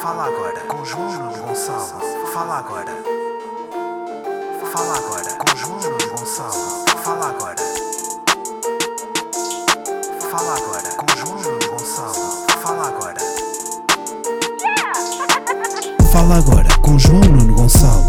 Fala agora com João Nuno Gonçalo. Fala agora. Fala agora com João Nuno Gonçalo. Fala agora. Fala agora com João Nuno Gonçalo. Fala agora. Fala agora com João Nuno Gonçalo.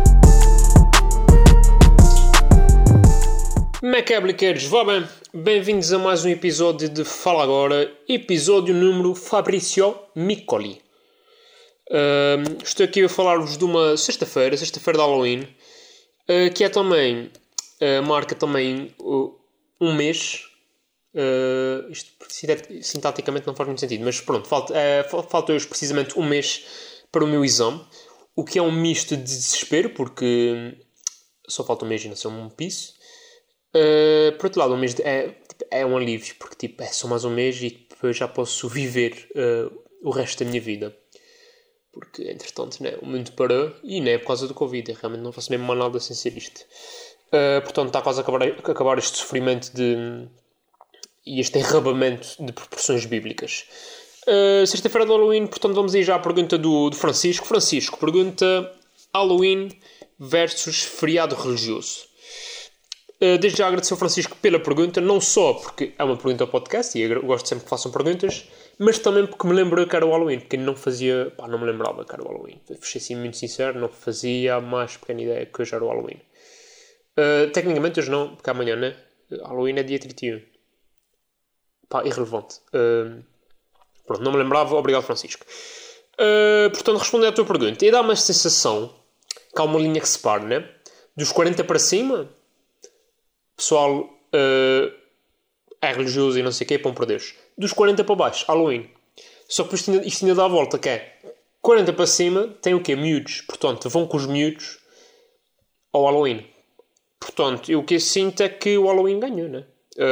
Macabliqueiros, vá bem, bem-vindos a mais um episódio de Fala Agora, episódio número Fabrizio Miccoli. Estou aqui a falar-vos de uma sexta-feira de Halloween, que é também, marca também um mês. Isto sintaticamente não faz muito sentido, mas pronto, falta hoje precisamente um mês para o meu exame, o que é um misto de desespero, porque só falta um mês e não sei um piso. Por outro lado, um mês é um alívio, porque é só mais um mês e depois já posso viver o resto da minha vida. Porque, entretanto, o mundo parou e não é por causa do Covid. Eu realmente não faço mesmo mais nada sem ser isto. Portanto, está quase a acabar este sofrimento e este enrabamento de proporções bíblicas. Sexta-feira de Halloween, portanto, vamos aí já à pergunta do Francisco. Francisco pergunta: Halloween versus feriado religioso. Desde já agradecer ao Francisco pela pergunta, não só porque é uma pergunta ao podcast e eu gosto sempre que façam perguntas, mas também porque me lembrou que era o Halloween, porque não me lembrava que era o Halloween. Fui assim muito sincero, não fazia a mais pequena ideia que hoje era o Halloween. Tecnicamente hoje não, porque amanhã, né? Halloween é dia 31. Irrelevante. Pronto, não me lembrava, obrigado Francisco. Portanto, respondendo à tua pergunta, e dá uma sensação que há uma linha que separa, né? Dos 40 para cima, pessoal é religioso e não sei o quê, pão por Deus. Dos 40 para baixo, Halloween. Só que isto ainda dá a volta, que é 40 para cima, tem o quê? Miúdos. Portanto, vão com os miúdos ao Halloween. Portanto, o que eu sinto é que o Halloween ganhou, né?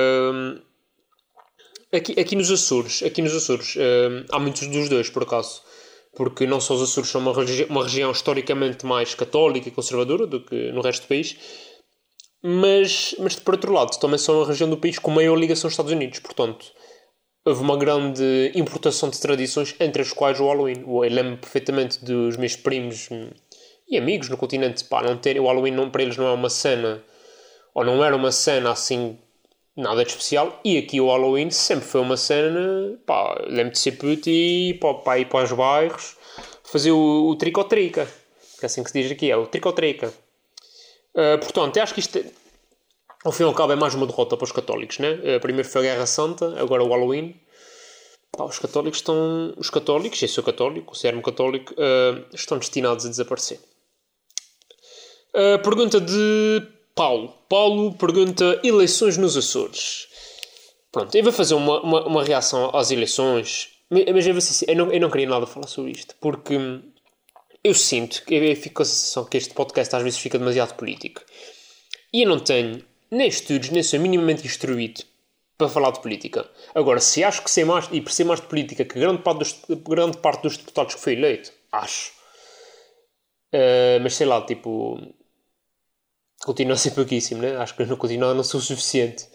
Aqui nos Açores, há muitos dos dois, por acaso. Porque não só os Açores são uma região historicamente mais católica e conservadora do que no resto do país, mas por outro lado, também são a região do país com maior ligação aos Estados Unidos. Portanto, houve uma grande importação de tradições, entre as quais o Halloween. Eu lembro perfeitamente dos meus primos e amigos no continente, o Halloween para eles não é uma cena, ou não era uma cena assim, nada de especial. E aqui o Halloween sempre foi uma cena, lembro de ser puto e ir para os bairros fazer o tricotrica, que é assim que se diz aqui, é o tricotrica. Portanto, eu acho que isto, ao fim e ao cabo, é mais uma derrota para os católicos, né? Primeiro foi a Guerra Santa, agora o Halloween. Os católicos, eu sou católico, considero-me católico, estão destinados a desaparecer. Pergunta de Paulo. Paulo pergunta: eleições nos Açores. Pronto, eu vou fazer uma reação às eleições, mas eu não queria nada falar sobre isto, porque eu sinto, eu fico com a sensação que este podcast às vezes fica demasiado político. E eu não tenho nem estudos, nem sou minimamente instruído para falar de política. Agora, se acho que sei mais, e percebo mais de política que grande parte dos deputados que foi eleito, acho. Mas sei lá, continua a ser pouquíssimo, né? Acho que não sou o suficiente.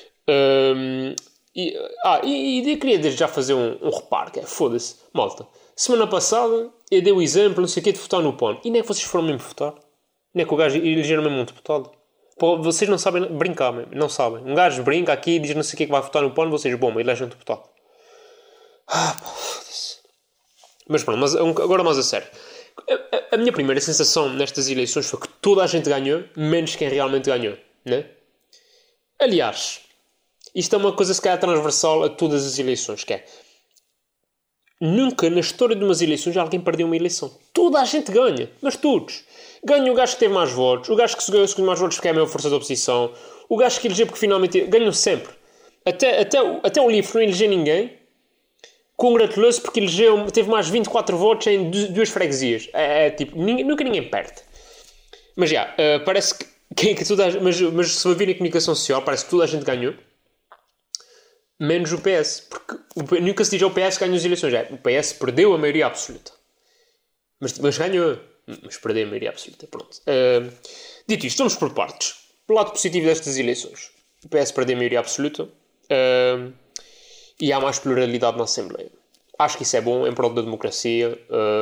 E eu queria desde já fazer um reparo, que é, foda-se, malta. Semana passada eu dei o exemplo, não sei o que, de votar no PAN. E nem é que vocês foram mesmo votar. Nem é que o gajo elegeram mesmo um deputado. Vocês não sabem brincar mesmo. Não sabem. Um gajo brinca aqui e diz não sei o que vai votar no PAN. Vocês, elegem um deputado. Foda-se. Mas pronto, agora mais a sério. A minha primeira sensação nestas eleições foi que toda a gente ganhou, menos quem realmente ganhou, né? Aliás, isto é uma coisa se calhar transversal a todas as eleições, que é: nunca na história de umas eleições alguém perdeu uma eleição. Toda a gente ganha. Mas todos. Ganha o gajo que teve mais votos. O gajo que ganhou mais votos porque é a maior força da oposição. O gajo que elegeu porque finalmente... Ganham sempre. Até o LIVRE não elegeu ninguém. Congratulou-se porque teve mais 24 votos em duas freguesias. Nunca ninguém perde. Mas parece que toda a gente... Mas se vir em comunicação social, parece que toda a gente ganhou. Menos o PS, porque nunca se diz ao PS que ganhou as eleições. O PS perdeu a maioria absoluta. Mas ganhou. Mas perdeu a maioria absoluta. Pronto. Dito isto, vamos por partes. Pelo lado positivo destas eleições. O PS perdeu a maioria absoluta. E há mais pluralidade na Assembleia. Acho que isso é bom em prol da democracia.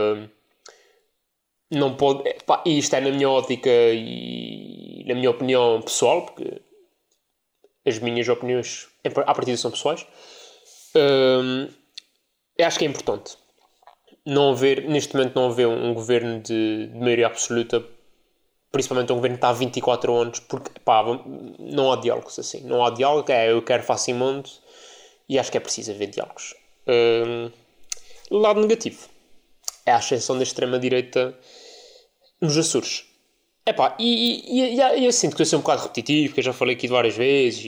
Não pode... Pá, e isto é na minha ótica e na minha opinião pessoal, porque as minhas opiniões à partida são pessoais. Eu acho que é importante neste momento não haver um governo de maioria absoluta, principalmente um governo que está há 24 anos, porque pá, não há diálogos assim. Não há diálogo, eu quero faço imundo, e acho que é preciso haver diálogos. Lado negativo é a ascensão da extrema-direita nos Açores. Epá, e eu sinto que estou a ser um bocado repetitivo, porque eu já falei aqui de várias vezes,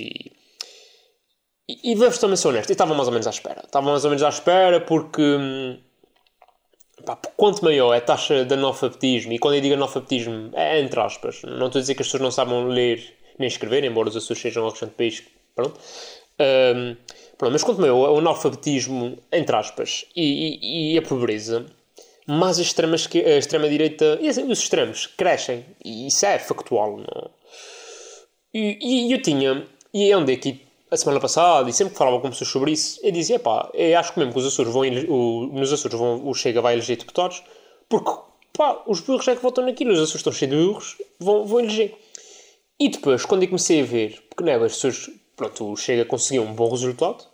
e devo também ser honesto, eu estava mais ou menos à espera. Estava mais ou menos à espera porque... Pá, quanto maior é a taxa de analfabetismo, e quando eu digo analfabetismo é entre aspas, não estou a dizer que as pessoas não sabem ler nem escrever, embora os Açores sejam um restante país, pronto. Mas quanto maior é o analfabetismo, entre aspas, e a pobreza, mais a extrema-direita e os extremos crescem, e isso é factual, não? E eu tinha, e andei aqui a semana passada, e sempre que falava com pessoas sobre isso, eu dizia, pá, eu acho que mesmo que os Açores nos Açores o Chega vai eleger deputados, porque, pá, os burros é que votam naquilo, os Açores estão cheios de burros, vão eleger. E depois, quando eu comecei a ver, porque não é, as pessoas, pronto, o Chega conseguiu um bom resultado,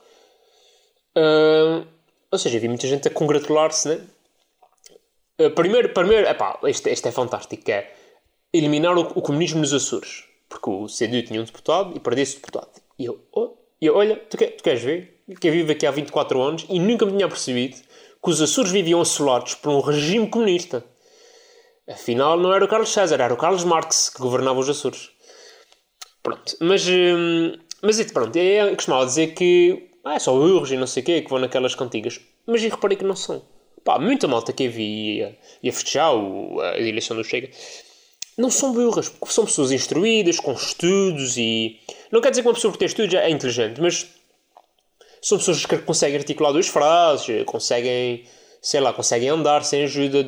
ou seja, vi muita gente a congratular-se, né? Primeiro, epá, este é fantástico, é eliminar o comunismo nos Açores, porque o CDU tinha um deputado e perdeu esse deputado. E eu olha, tu queres ver? Que eu vivo aqui há 24 anos e nunca me tinha percebido que os Açores viviam assolados por um regime comunista. Afinal, não era o Carlos César, era o Carlos Marx que governava os Açores. Pronto, mas pronto, eu costumava dizer que é só urros e não sei o quê que vão naquelas cantigas. Mas eu reparei que não são. Pá, muita malta que eu vi ia festejar a eleição do Chega. Não são burras, porque são pessoas instruídas, com estudos e... Não quer dizer que uma pessoa que tem estudos é inteligente, mas são pessoas que conseguem articular duas frases, conseguem andar sem ajuda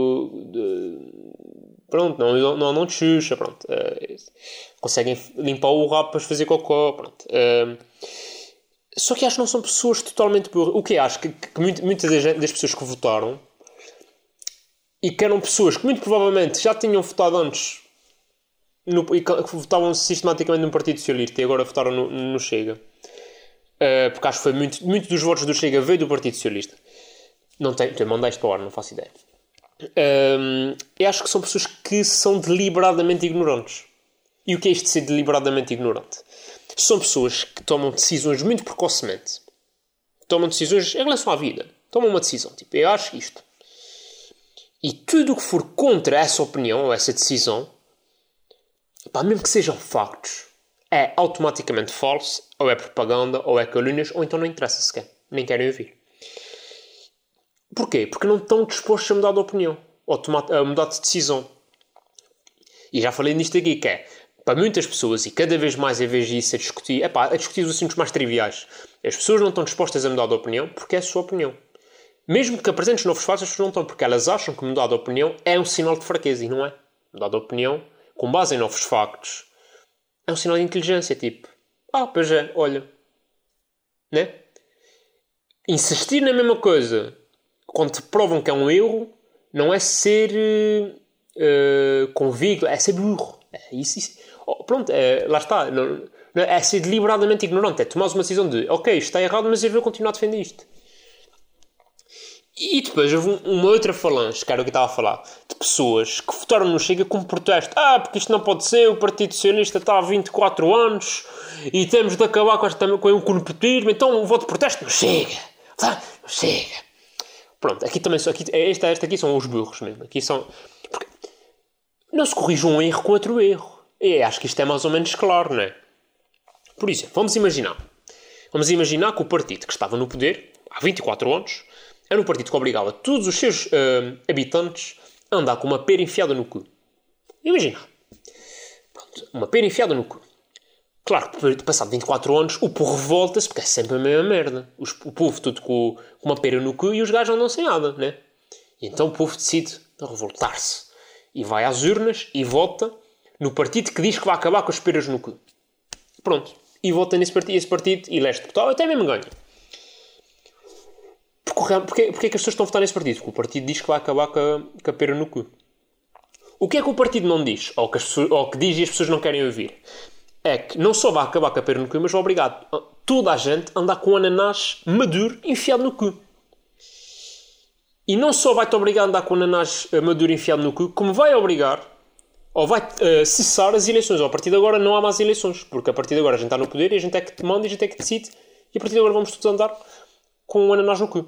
pronto, não de Xuxa, pronto. Conseguem limpar o rabo para fazer cocó, pronto. Só que acho que não são pessoas totalmente burras. O que acho que muitas das pessoas que votaram e que eram pessoas que muito provavelmente já tinham votado antes e que votavam sistematicamente no Partido Socialista e agora votaram no Chega, porque acho que foi muito dos votos do Chega veio do Partido Socialista. Não tenho mandar isto para o ar, não faço ideia. Eu acho que são pessoas que são deliberadamente ignorantes. E o que é isto de ser deliberadamente ignorante? São pessoas que tomam decisões muito precocemente, tomam decisões em relação à vida, tomam uma decisão, tipo, eu acho isto. E tudo o que for contra essa opinião ou essa decisão, pá, mesmo que sejam factos, é automaticamente falso, ou é propaganda, ou é calúnias, ou então não interessa sequer. Nem querem ouvir. Porquê? Porque não estão dispostos a mudar de opinião, ou a mudar de decisão. E já falei nisto aqui, que é, para muitas pessoas, e cada vez mais eu vejo isso a discutir os assuntos mais triviais. As pessoas não estão dispostas a mudar de opinião porque é a sua opinião. Mesmo que apresentes novos fatos, as pessoas não estão, porque elas acham que mudar de opinião é um sinal de fraqueza, e não é. Mudar de opinião, com base em novos factos, é um sinal de inteligência, tipo, pois é, olha. Né? Insistir na mesma coisa, quando te provam que é um erro, não é ser convicto, é ser burro. É isso. Pronto, lá está. Não, é ser deliberadamente ignorante, é tomar uma decisão de, ok, isto está errado, mas eu vou continuar a defender isto. E depois houve uma outra falange, que era o que eu estava a falar, de pessoas que votaram no Chega como protesto. Porque isto não pode ser, o Partido Socialista está há 24 anos e temos de acabar com o nepotismo, então o voto de protesto não chega. Não chega. Pronto, aqui também esta aqui são os burros mesmo. Aqui são... Porque não se corrige um erro com outro erro. E acho que isto é mais ou menos claro, não é? Por exemplo, vamos imaginar que o partido que estava no poder há 24 anos era um partido que obrigava todos os seus habitantes a andar com uma pera enfiada no cu. Imagina. Pronto, uma pera enfiada no cu. Claro que, passado 24 anos, o povo revolta-se, porque é sempre a mesma merda. O povo todo com uma pera no cu e os gajos andam sem nada, né? E então o povo decide revoltar-se. E vai às urnas e vota no partido que diz que vai acabar com as peras no cu. Pronto. E vota nesse partido, e esse partido elege deputado, até mesmo ganha. Porque é que as pessoas estão a votar nesse partido? Porque o partido diz que vai acabar com a pera no cu. O que é que o partido não diz? Ou que diz e as pessoas não querem ouvir? É que não só vai acabar com a pera no cu, mas vai obrigar toda a gente a andar com um ananás maduro enfiado no cu. E não só vai-te obrigar a andar com um ananás maduro enfiado no cu, como vai obrigar, ou vai cessar as eleições. Ou a partir de agora não há mais eleições. Porque a partir de agora a gente está no poder e a gente é que te manda e a gente é que decide. E a partir de agora vamos todos andar com um ananás no cu.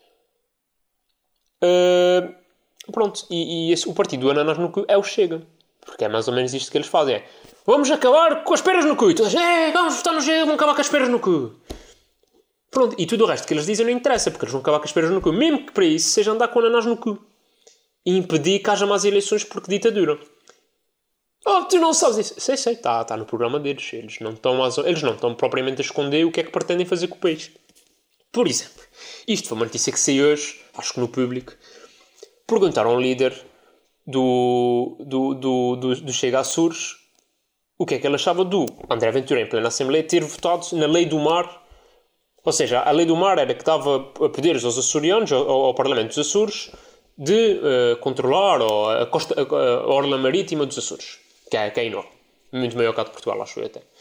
Pronto. E o partido do ananás no cu é o Chega. Porque é mais ou menos isto que eles fazem. É, vamos acabar com as peras no cu. E todas, vamos votar no Chega, vamos acabar com as peras no cu. Pronto. E tudo o resto que eles dizem não interessa. Porque eles vão acabar com as peras no cu. Mesmo que para isso seja andar com o ananás no cu. E impedir que haja mais eleições porque ditadura. Oh, tu não sabes isso. Sei. Está no programa deles. Eles não estão propriamente a esconder o que é que pretendem fazer com o país. Por exemplo, isto foi uma notícia que saiu hoje, acho que no Público. Perguntaram ao líder do Chega Açores o que é que ele achava do André Ventura, em plena Assembleia, ter votado na Lei do Mar. Ou seja, a Lei do Mar era que dava poderes aos açorianos, ao Parlamento dos Açores, de controlar a orla marítima dos Açores, que é enorme. Muito maior que a de Portugal, acho eu até.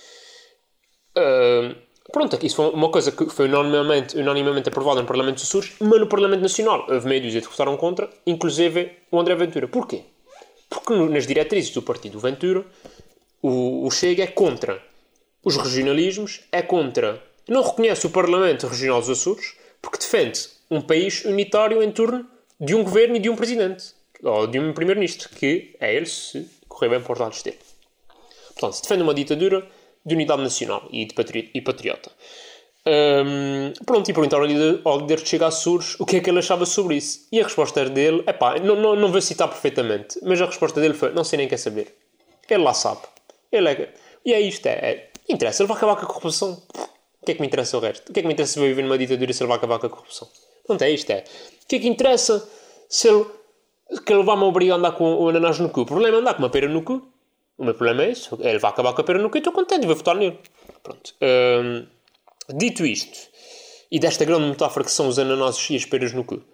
Pronto, isso foi uma coisa que foi unanimamente aprovada no Parlamento dos Açores, mas no Parlamento Nacional houve meia dúzia que votaram contra, inclusive o André Ventura. Porquê? Porque nas diretrizes do partido Ventura, o Chega é contra os regionalismos, é contra... Não reconhece o Parlamento Regional dos Açores, porque defende um país unitário em torno de um governo e de um presidente, ou de um primeiro-ministro, que é ele, se correr bem para os lados dele. Portanto, se defende uma ditadura de unidade nacional e patriota. Pronto, e perguntaram ao líder de Chega Açores o que é que ele achava sobre isso. E a resposta dele, não vou citar perfeitamente, mas a resposta dele foi, não sei nem quer saber. Ele lá sabe. E é isto, interessa, ele vai acabar com a corrupção. O que é que me interessa o resto? O que é que me interessa se eu viver numa ditadura se ele vai acabar com a corrupção? Pronto, é isto, O que é que interessa se ele vai-me obrigar a andar com o ananás no cu? O problema é andar com uma pera no cu. O meu problema é isso. Ele vai acabar com a pera no cu e estou contente e vou votar nele. Pronto. Dito isto, e desta grande metáfora que são os ananases e as peras no cu,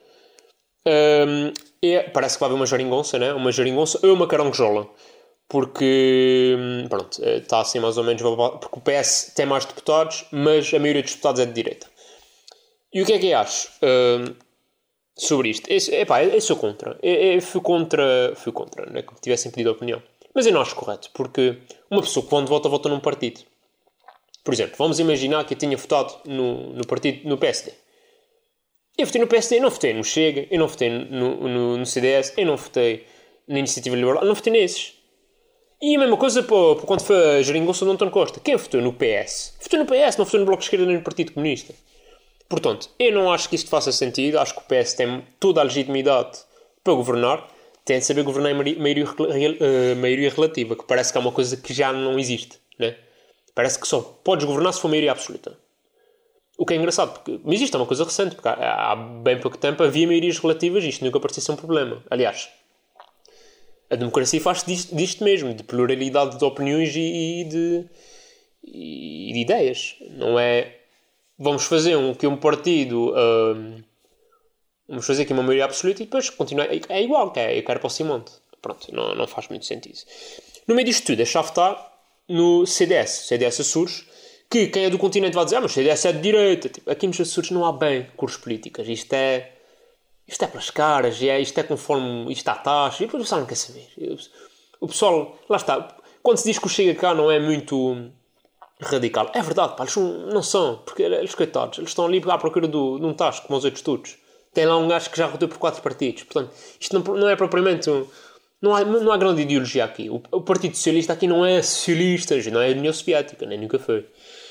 parece que vai haver uma geringonça, né? Uma geringonça ou uma caranguejola. Porque, pronto, está assim mais ou menos... Porque o PS tem mais deputados, mas a maioria dos deputados é de direita. E o que é que eu acho sobre isto? Eu sou contra. Eu fui contra, não é que me tivessem pedido a opinião. Mas eu não acho correto, porque uma pessoa que quando vota num partido. Por exemplo, vamos imaginar que eu tinha votado no partido, no PSD. Eu votei no PSD, eu não votei no Chega, eu não votei no CDS, eu não votei na Iniciativa Liberal, eu não votei nesses. E a mesma coisa quando foi a geringonça do António Costa. Quem votou no PS? Votou no PS, não votou no Bloco de Esquerda nem no Partido Comunista. Portanto, eu não acho que isto faça sentido. Acho que o PS tem toda a legitimidade para governar. Tem de saber governar em maioria relativa, que parece que é uma coisa que já não existe, né? Parece que só podes governar se for maioria absoluta. O que é engraçado, mas isto é uma coisa recente, porque há bem pouco tempo havia maiorias relativas e isto nunca parecia ser um problema. Aliás, a democracia faz disto mesmo, de pluralidade de opiniões e de ideias. Não é... Vamos fazer um partido... vamos fazer aqui uma maioria absoluta e depois continua... É igual, eu quero para o Simonte. Pronto, não faz muito sentido. No meio disto tudo, a chave está no CDS Açores, que quem é do continente vai dizer mas o CDS é de direita. Tipo, aqui nos Açores não há bem cores políticas. Isto é pelas caras, isto é conforme isto está a taxa, e depois o pessoal não quer saber. O pessoal, lá está, quando se diz que o Chega cá não é muito radical, é verdade, pá, eles não são, porque eles, coitados, eles estão ali à procura de um tacho, como os outros todos. Tem lá um gajo que já rotou por 4 partidos, portanto, isto não é propriamente, não há grande ideologia aqui. O Partido Socialista aqui não é socialista, não é a União Soviética, nem nunca foi.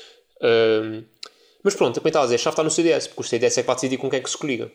Mas pronto, como eu estava a dizer, a chave está no CDS, porque o CDS é que vai decidir com quem é que se coliga.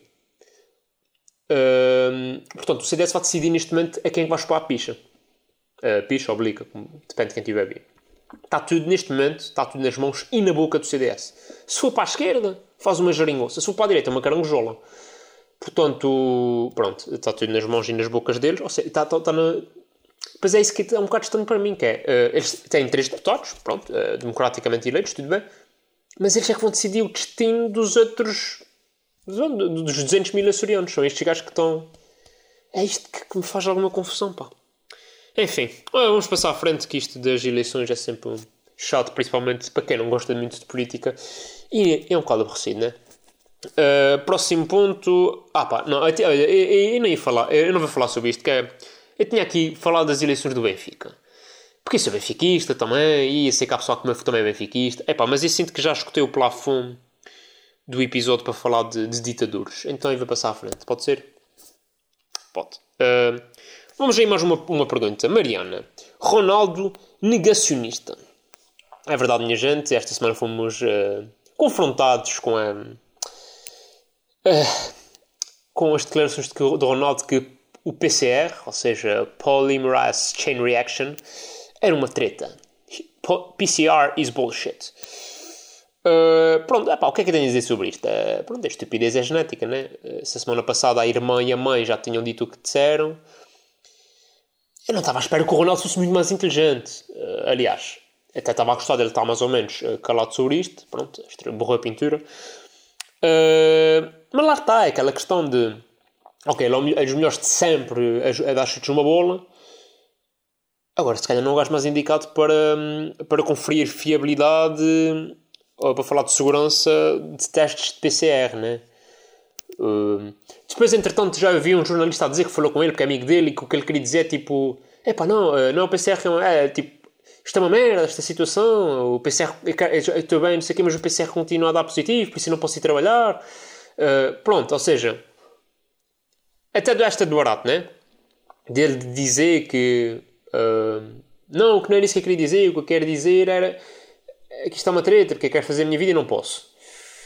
Portanto, o CDS vai decidir neste momento a quem vai chupar a picha. Picha ou blica, depende de quem tiver bem. Está tudo neste momento, está tudo nas mãos e na boca do CDS. Se for para a esquerda, faz uma geringonça. Se for para a direita, uma caranguejola. Portanto, pronto, está tudo nas mãos e nas bocas deles. Ou seja, está na... Pois é isso que é um bocado estranho para mim, que é... eles têm 3 deputados, pronto, democraticamente eleitos, tudo bem. Mas eles é que vão decidir o destino dos outros Dos 200 mil açorianos. São estes gajos que estão... É isto que me faz alguma confusão, pá. Enfim, vamos passar à frente, que isto das eleições é sempre chato, principalmente para quem não gosta muito de política. E é um bocado aborrecido, né? Próximo ponto... pá, não, eu não ia falar... Eu não vou falar sobre isto, que é... Eu tinha aqui falado das eleições do Benfica. Porque eu sou benfiquista também, e eu sei que há pessoal que também é benfiquista. Mas eu sinto que já escutei o plafond do episódio para falar de ditadores. Então eu vou passar à frente. Pode ser? Pode. Vamos aí mais uma pergunta. Mariana. Ronaldo negacionista. É verdade, minha gente. Esta semana fomos confrontados com as declarações de Ronaldo que o PCR, ou seja, Polymerase Chain Reaction, era uma treta. PCR is bullshit. Pronto, o que é que eu tenho a dizer sobre isto? Pronto, a estupidez é genética, né? Se a semana passada a irmã e a mãe já tinham dito o que disseram, eu não estava à espera que o Ronaldo fosse muito mais inteligente. Aliás, até estava a gostar dele estar mais ou menos calado sobre isto. Pronto, borrou a pintura. Mas lá está, é aquela questão de... Ok, ele é os melhores de sempre a dar chutes numa bola. Agora, se calhar não é o gajo mais indicado para conferir fiabilidade ou para falar de segurança de testes de PCR, né? Depois, entretanto, já havia um jornalista a dizer que falou com ele, porque é amigo dele, e que o que ele queria dizer é tipo... não é o PCR, tipo... Isto é uma merda, esta situação, o PCR... Eu estou bem, não sei o quê, mas o PCR continua a dar positivo, por isso eu não posso ir trabalhar. Pronto, ou seja... Até desta do barato, né? Dele dizer que... não, que não era isso que eu queria dizer. O que eu quero dizer era... que isto é uma treta, porque eu quero fazer a minha vida e não posso.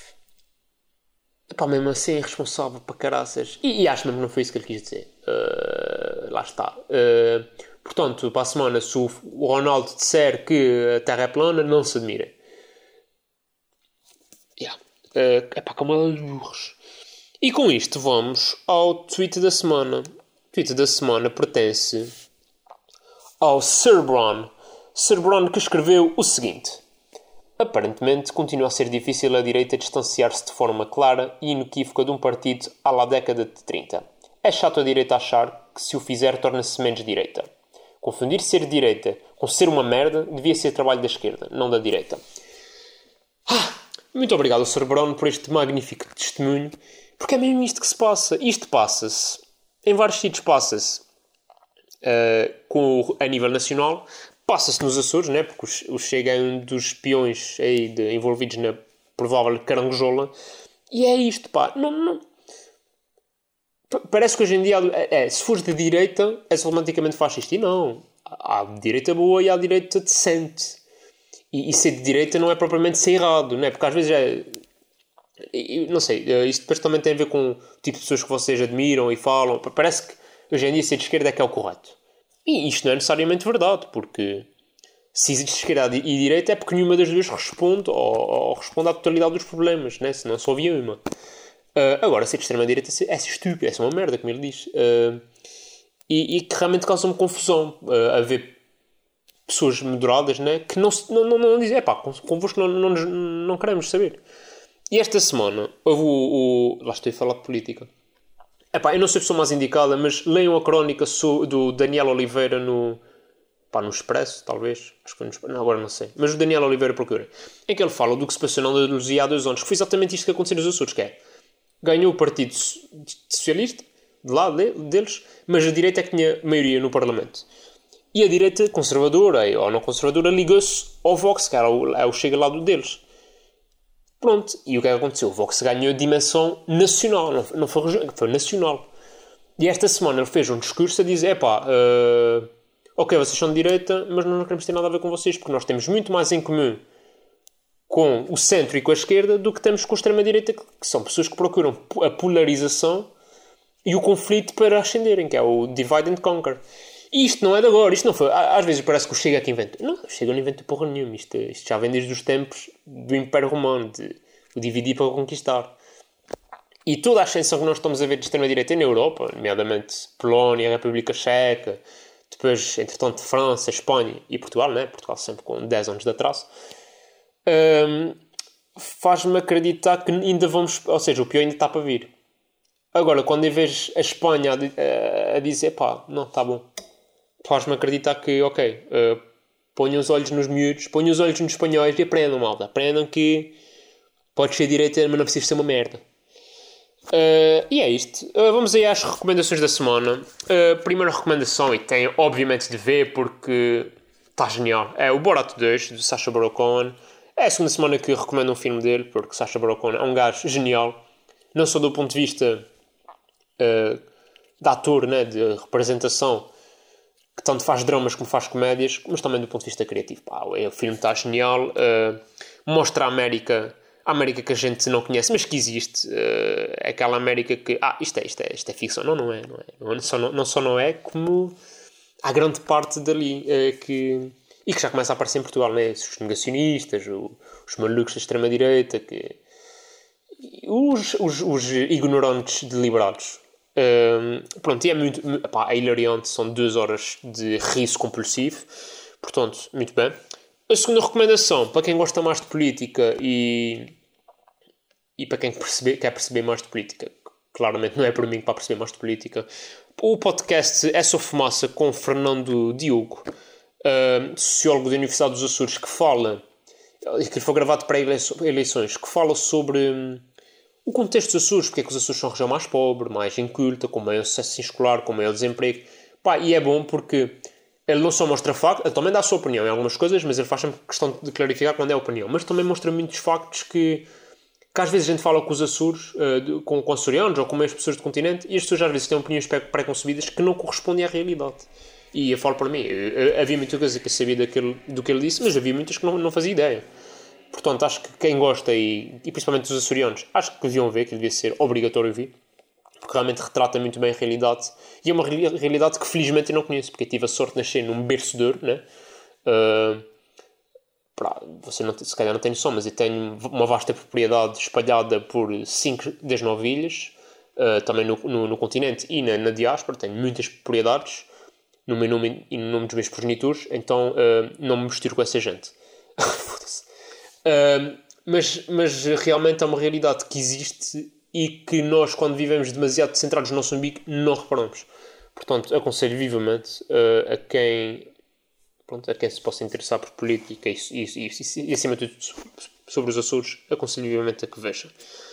Mesmo assim é irresponsável para caraças. E acho mesmo que não foi isso que ele quis dizer. Lá está. Portanto, para a semana, se o Ronaldo disser que a Terra é plana, não se admira. Como eles burros. E com isto vamos ao tweet da semana. O tweet da semana pertence ao Sir Bron. Sir Bron, que escreveu o seguinte: aparentemente continua a ser difícil a direita distanciar-se de forma clara e inequívoca de um partido à la década de 30. É chato a direita achar que se o fizer torna-se menos direita. Confundir ser direita com ser uma merda devia ser trabalho da esquerda, não da direita. Muito obrigado, Sr. Brown, por este magnífico testemunho, porque é mesmo isto que se passa. Isto passa-se, em vários sítios passa-se a nível nacional, passa-se nos Açores, né? Porque o Chega é um dos peões aí envolvidos na provável caranguejola, e é isto, não... Parece que hoje em dia se fores de direita és automaticamente fascista, e não. Há direita boa e há direita decente. E ser de direita não é propriamente ser errado, né? Porque às vezes não sei, isto depois também tem a ver com o tipo de pessoas que vocês admiram e falam. Parece que hoje em dia ser de esquerda é que é o correto. E isto não é necessariamente verdade, porque se existe esquerda e direita é porque nenhuma das duas responde ou responde à totalidade dos problemas, né? Senão só havia uma. Agora, ser de extrema-direita é estúpido, é uma merda, como ele diz. E que realmente causa-me confusão haver pessoas moderadas, né, que não dizem, convosco não queremos saber. E esta semana houve lá estou a falar de política. Eu não sei se sou mais indicada, mas leiam a crónica do Daniel Oliveira no Expresso, talvez. Acho que foi no Expresso. Não, agora não sei. Mas o Daniel Oliveira procura. Em que ele fala do que se passou na Andaluzia há 2 anos, que foi exatamente isto que aconteceu nos Açores, que é: ganhou o Partido Socialista, de lá deles, mas a direita é que tinha maioria no Parlamento. E a direita conservadora, ou não conservadora, ligou-se ao Vox, que era o Chega lá deles. Pronto. E o que é que aconteceu? O Vox ganhou dimensão nacional, não foi regional, foi nacional. E esta semana ele fez um discurso a dizer: ok, vocês são de direita, mas nós não queremos ter nada a ver com vocês, porque nós temos muito mais em comum com o centro e com a esquerda do que temos com a extrema-direita, que são pessoas que procuram a polarização e o conflito para ascenderem, que é o divide and conquer. E isto não é de agora, isto não foi... Às vezes parece que o Chega é que inventou. Não, o Chega não inventou porra nenhuma. Isto já vem desde os tempos do Império Romano, de o dividir para conquistar. E toda a ascensão que nós estamos a ver de extrema-direita na Europa, nomeadamente Polónia, República Checa, depois, entretanto, França, Espanha e Portugal, né? Portugal sempre com 10 anos de atraso. faz-me acreditar que ainda vamos... Ou seja, o pior ainda está para vir. Agora, quando eu vejo a Espanha a dizer, pá, não, está bom. Faz-me acreditar que, ok, ponham os olhos nos miúdos, ponham os olhos nos espanhóis e aprendam, malta. Aprendam que pode ser direita, mas não precisa ser uma merda. E é isto. Vamos aí às recomendações da semana. Primeira recomendação, e tem obviamente de ver porque está genial, é o Borat 2, de Sacha Baron Cohen. É a segunda semana que recomendo um filme dele, porque Sacha Baron Cohen é um gajo genial. Não só do ponto de vista de ator, né, de representação, que tanto faz dramas como faz comédias, mas também do ponto de vista criativo. Pá, o filme está genial. Mostra a América que a gente não conhece, mas que existe. Aquela América que... isto é ficção. Não é. Não só não é, como há grande parte dali que já começa a aparecer em Portugal, né? Os negacionistas, os malucos da extrema-direita, os ignorantes deliberados. Pronto, e é muito... é hilariante. São 2 horas de riso compulsivo. Portanto, muito bem. A segunda recomendação, para quem gosta mais de política e para quem quer perceber mais de política, claramente não é por mim para perceber mais de política, o podcast É Só Fumaça com Fernando Diogo, sociólogo da Universidade dos Açores, que foi gravado para eleições, que fala sobre o contexto dos Açores, porque é que os Açores são a região mais pobre, mais inculta, com maior sucesso escolar, com maior desemprego. E é bom porque ele não só mostra factos, ele também dá a sua opinião em algumas coisas, mas ele faz sempre questão de clarificar quando é a opinião, mas também mostra muitos factos que às vezes a gente fala com os Açores, com açorianos ou com as pessoas do continente, e as pessoas às vezes têm opiniões pré-concebidas que não correspondem à realidade. E eu falo para mim, havia muita coisa que eu sabia do que ele disse, mas havia muitas que não fazia ideia. Portanto, acho que quem gosta, e principalmente os açorianos, acho que deviam ver, que devia ser obrigatório ver, porque realmente retrata muito bem a realidade, e é uma realidade que felizmente eu não conheço, porque eu tive a sorte de nascer num berço de ouro, né? Você se calhar não tem noção, mas eu tenho uma vasta propriedade espalhada por 5 das 9 ilhas, também no continente e na diáspora. Tenho muitas propriedades no meu nome e no nome dos meus progenitores, então não me misturo com essa gente. Foda-se. Mas realmente é uma realidade que existe e que nós, quando vivemos demasiado centrados no nosso umbigo, não reparamos. Portanto, aconselho vivamente a quem se possa interessar por política e acima de tudo sobre os Açores, aconselho vivamente a que veja.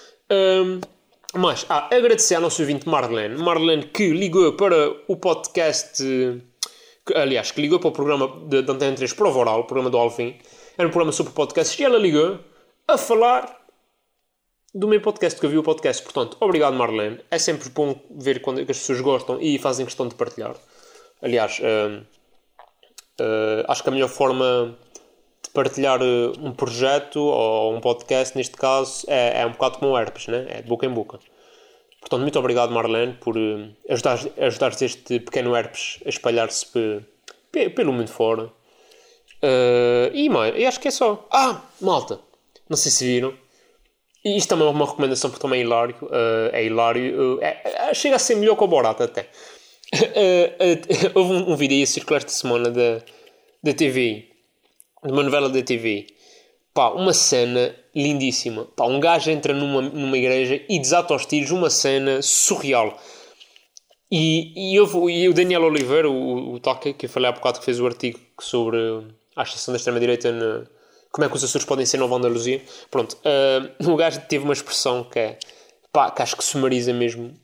Mas, agradecer à nossa ouvinte Marlene, que ligou para o podcast, que ligou para o programa da Antena 3 Prova Oral, o programa do Alvin. Era um programa sobre podcasts, e ela ligou a falar do meu podcast, que eu vi o podcast. Portanto, obrigado, Marlene. É sempre bom ver quando as pessoas gostam e fazem questão de partilhar. Aliás, acho que a melhor forma de partilhar um projeto ou um podcast, neste caso, é um bocado como o herpes, né? É de boca em boca. Portanto, muito obrigado, Marlene, por ajudar este pequeno herpes a espalhar-se pelo mundo fora. Eu acho que é só. Malta, não sei se viram, e isto também é uma recomendação porque também é hilário. Chega a ser melhor que o Borat até. Houve um vídeo a circular esta semana da TV, de uma novela da TV. Uma cena lindíssima. Um gajo entra numa igreja e desata aos tiros, uma cena surreal. E o Daniel Oliveira, o Toca, que eu falei há bocado, que fez o artigo sobre a ascensão da extrema-direita, como é que os Açores podem ser Nova Andaluzia. Pronto, o gajo teve uma expressão que acho que sumariza mesmo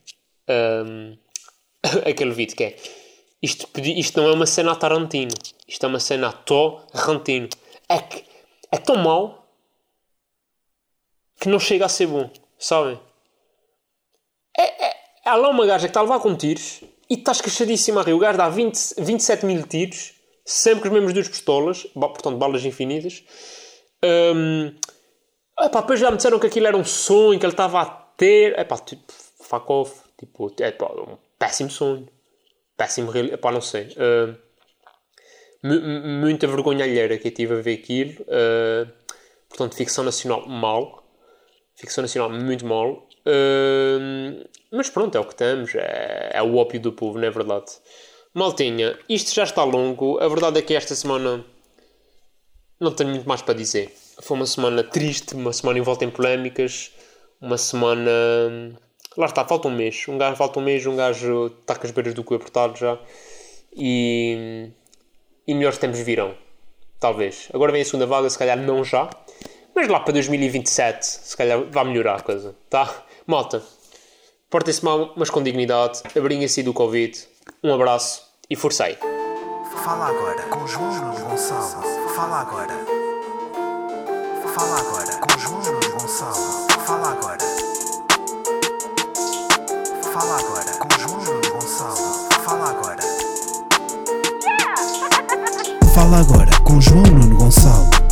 aquele vídeo, que é: isto não é uma cena a Tarantino, isto é uma cena a Torrentino. É tão mau que não chega a ser bom, sabem? Há lá uma gaja que está a levar com tiros e está escachadíssima a rir. O gajo dá 27 mil tiros, sempre com os mesmos 2 pistolas, portanto balas infinitas. Depois já me disseram que aquilo era um sonho que ele estava a ter. Fuck off. Um péssimo sonho. Péssimo realidade. Não sei. Muita vergonha alheira que eu tive a ver aquilo. Portanto, ficção nacional mal. Ficção nacional muito mal. Mas pronto, é o que temos. É o ópio do povo, não é verdade? Maltinha, isto já está longo. A verdade é que esta semana não tenho muito mais para dizer. Foi uma semana triste, uma semana envolta em polémicas, uma semana... Lá está, falta um mês. Um gajo está com as beiras do cu apertado já. E melhores tempos virão. Talvez. Agora vem a segunda vaga, se calhar não já. Mas lá para 2027, se calhar vai melhorar a coisa. Tá? Malta, portem-se mal, mas com dignidade. Abriguem-se do Covid. Um abraço e forcei. Fala agora com João Nuno Gonçalo. Fala agora. Fala agora com João Nuno Gonçalo. Fala agora. Fala agora com João Nuno Gonçalo. Fala agora. Fala agora com João Nuno Gonçalo.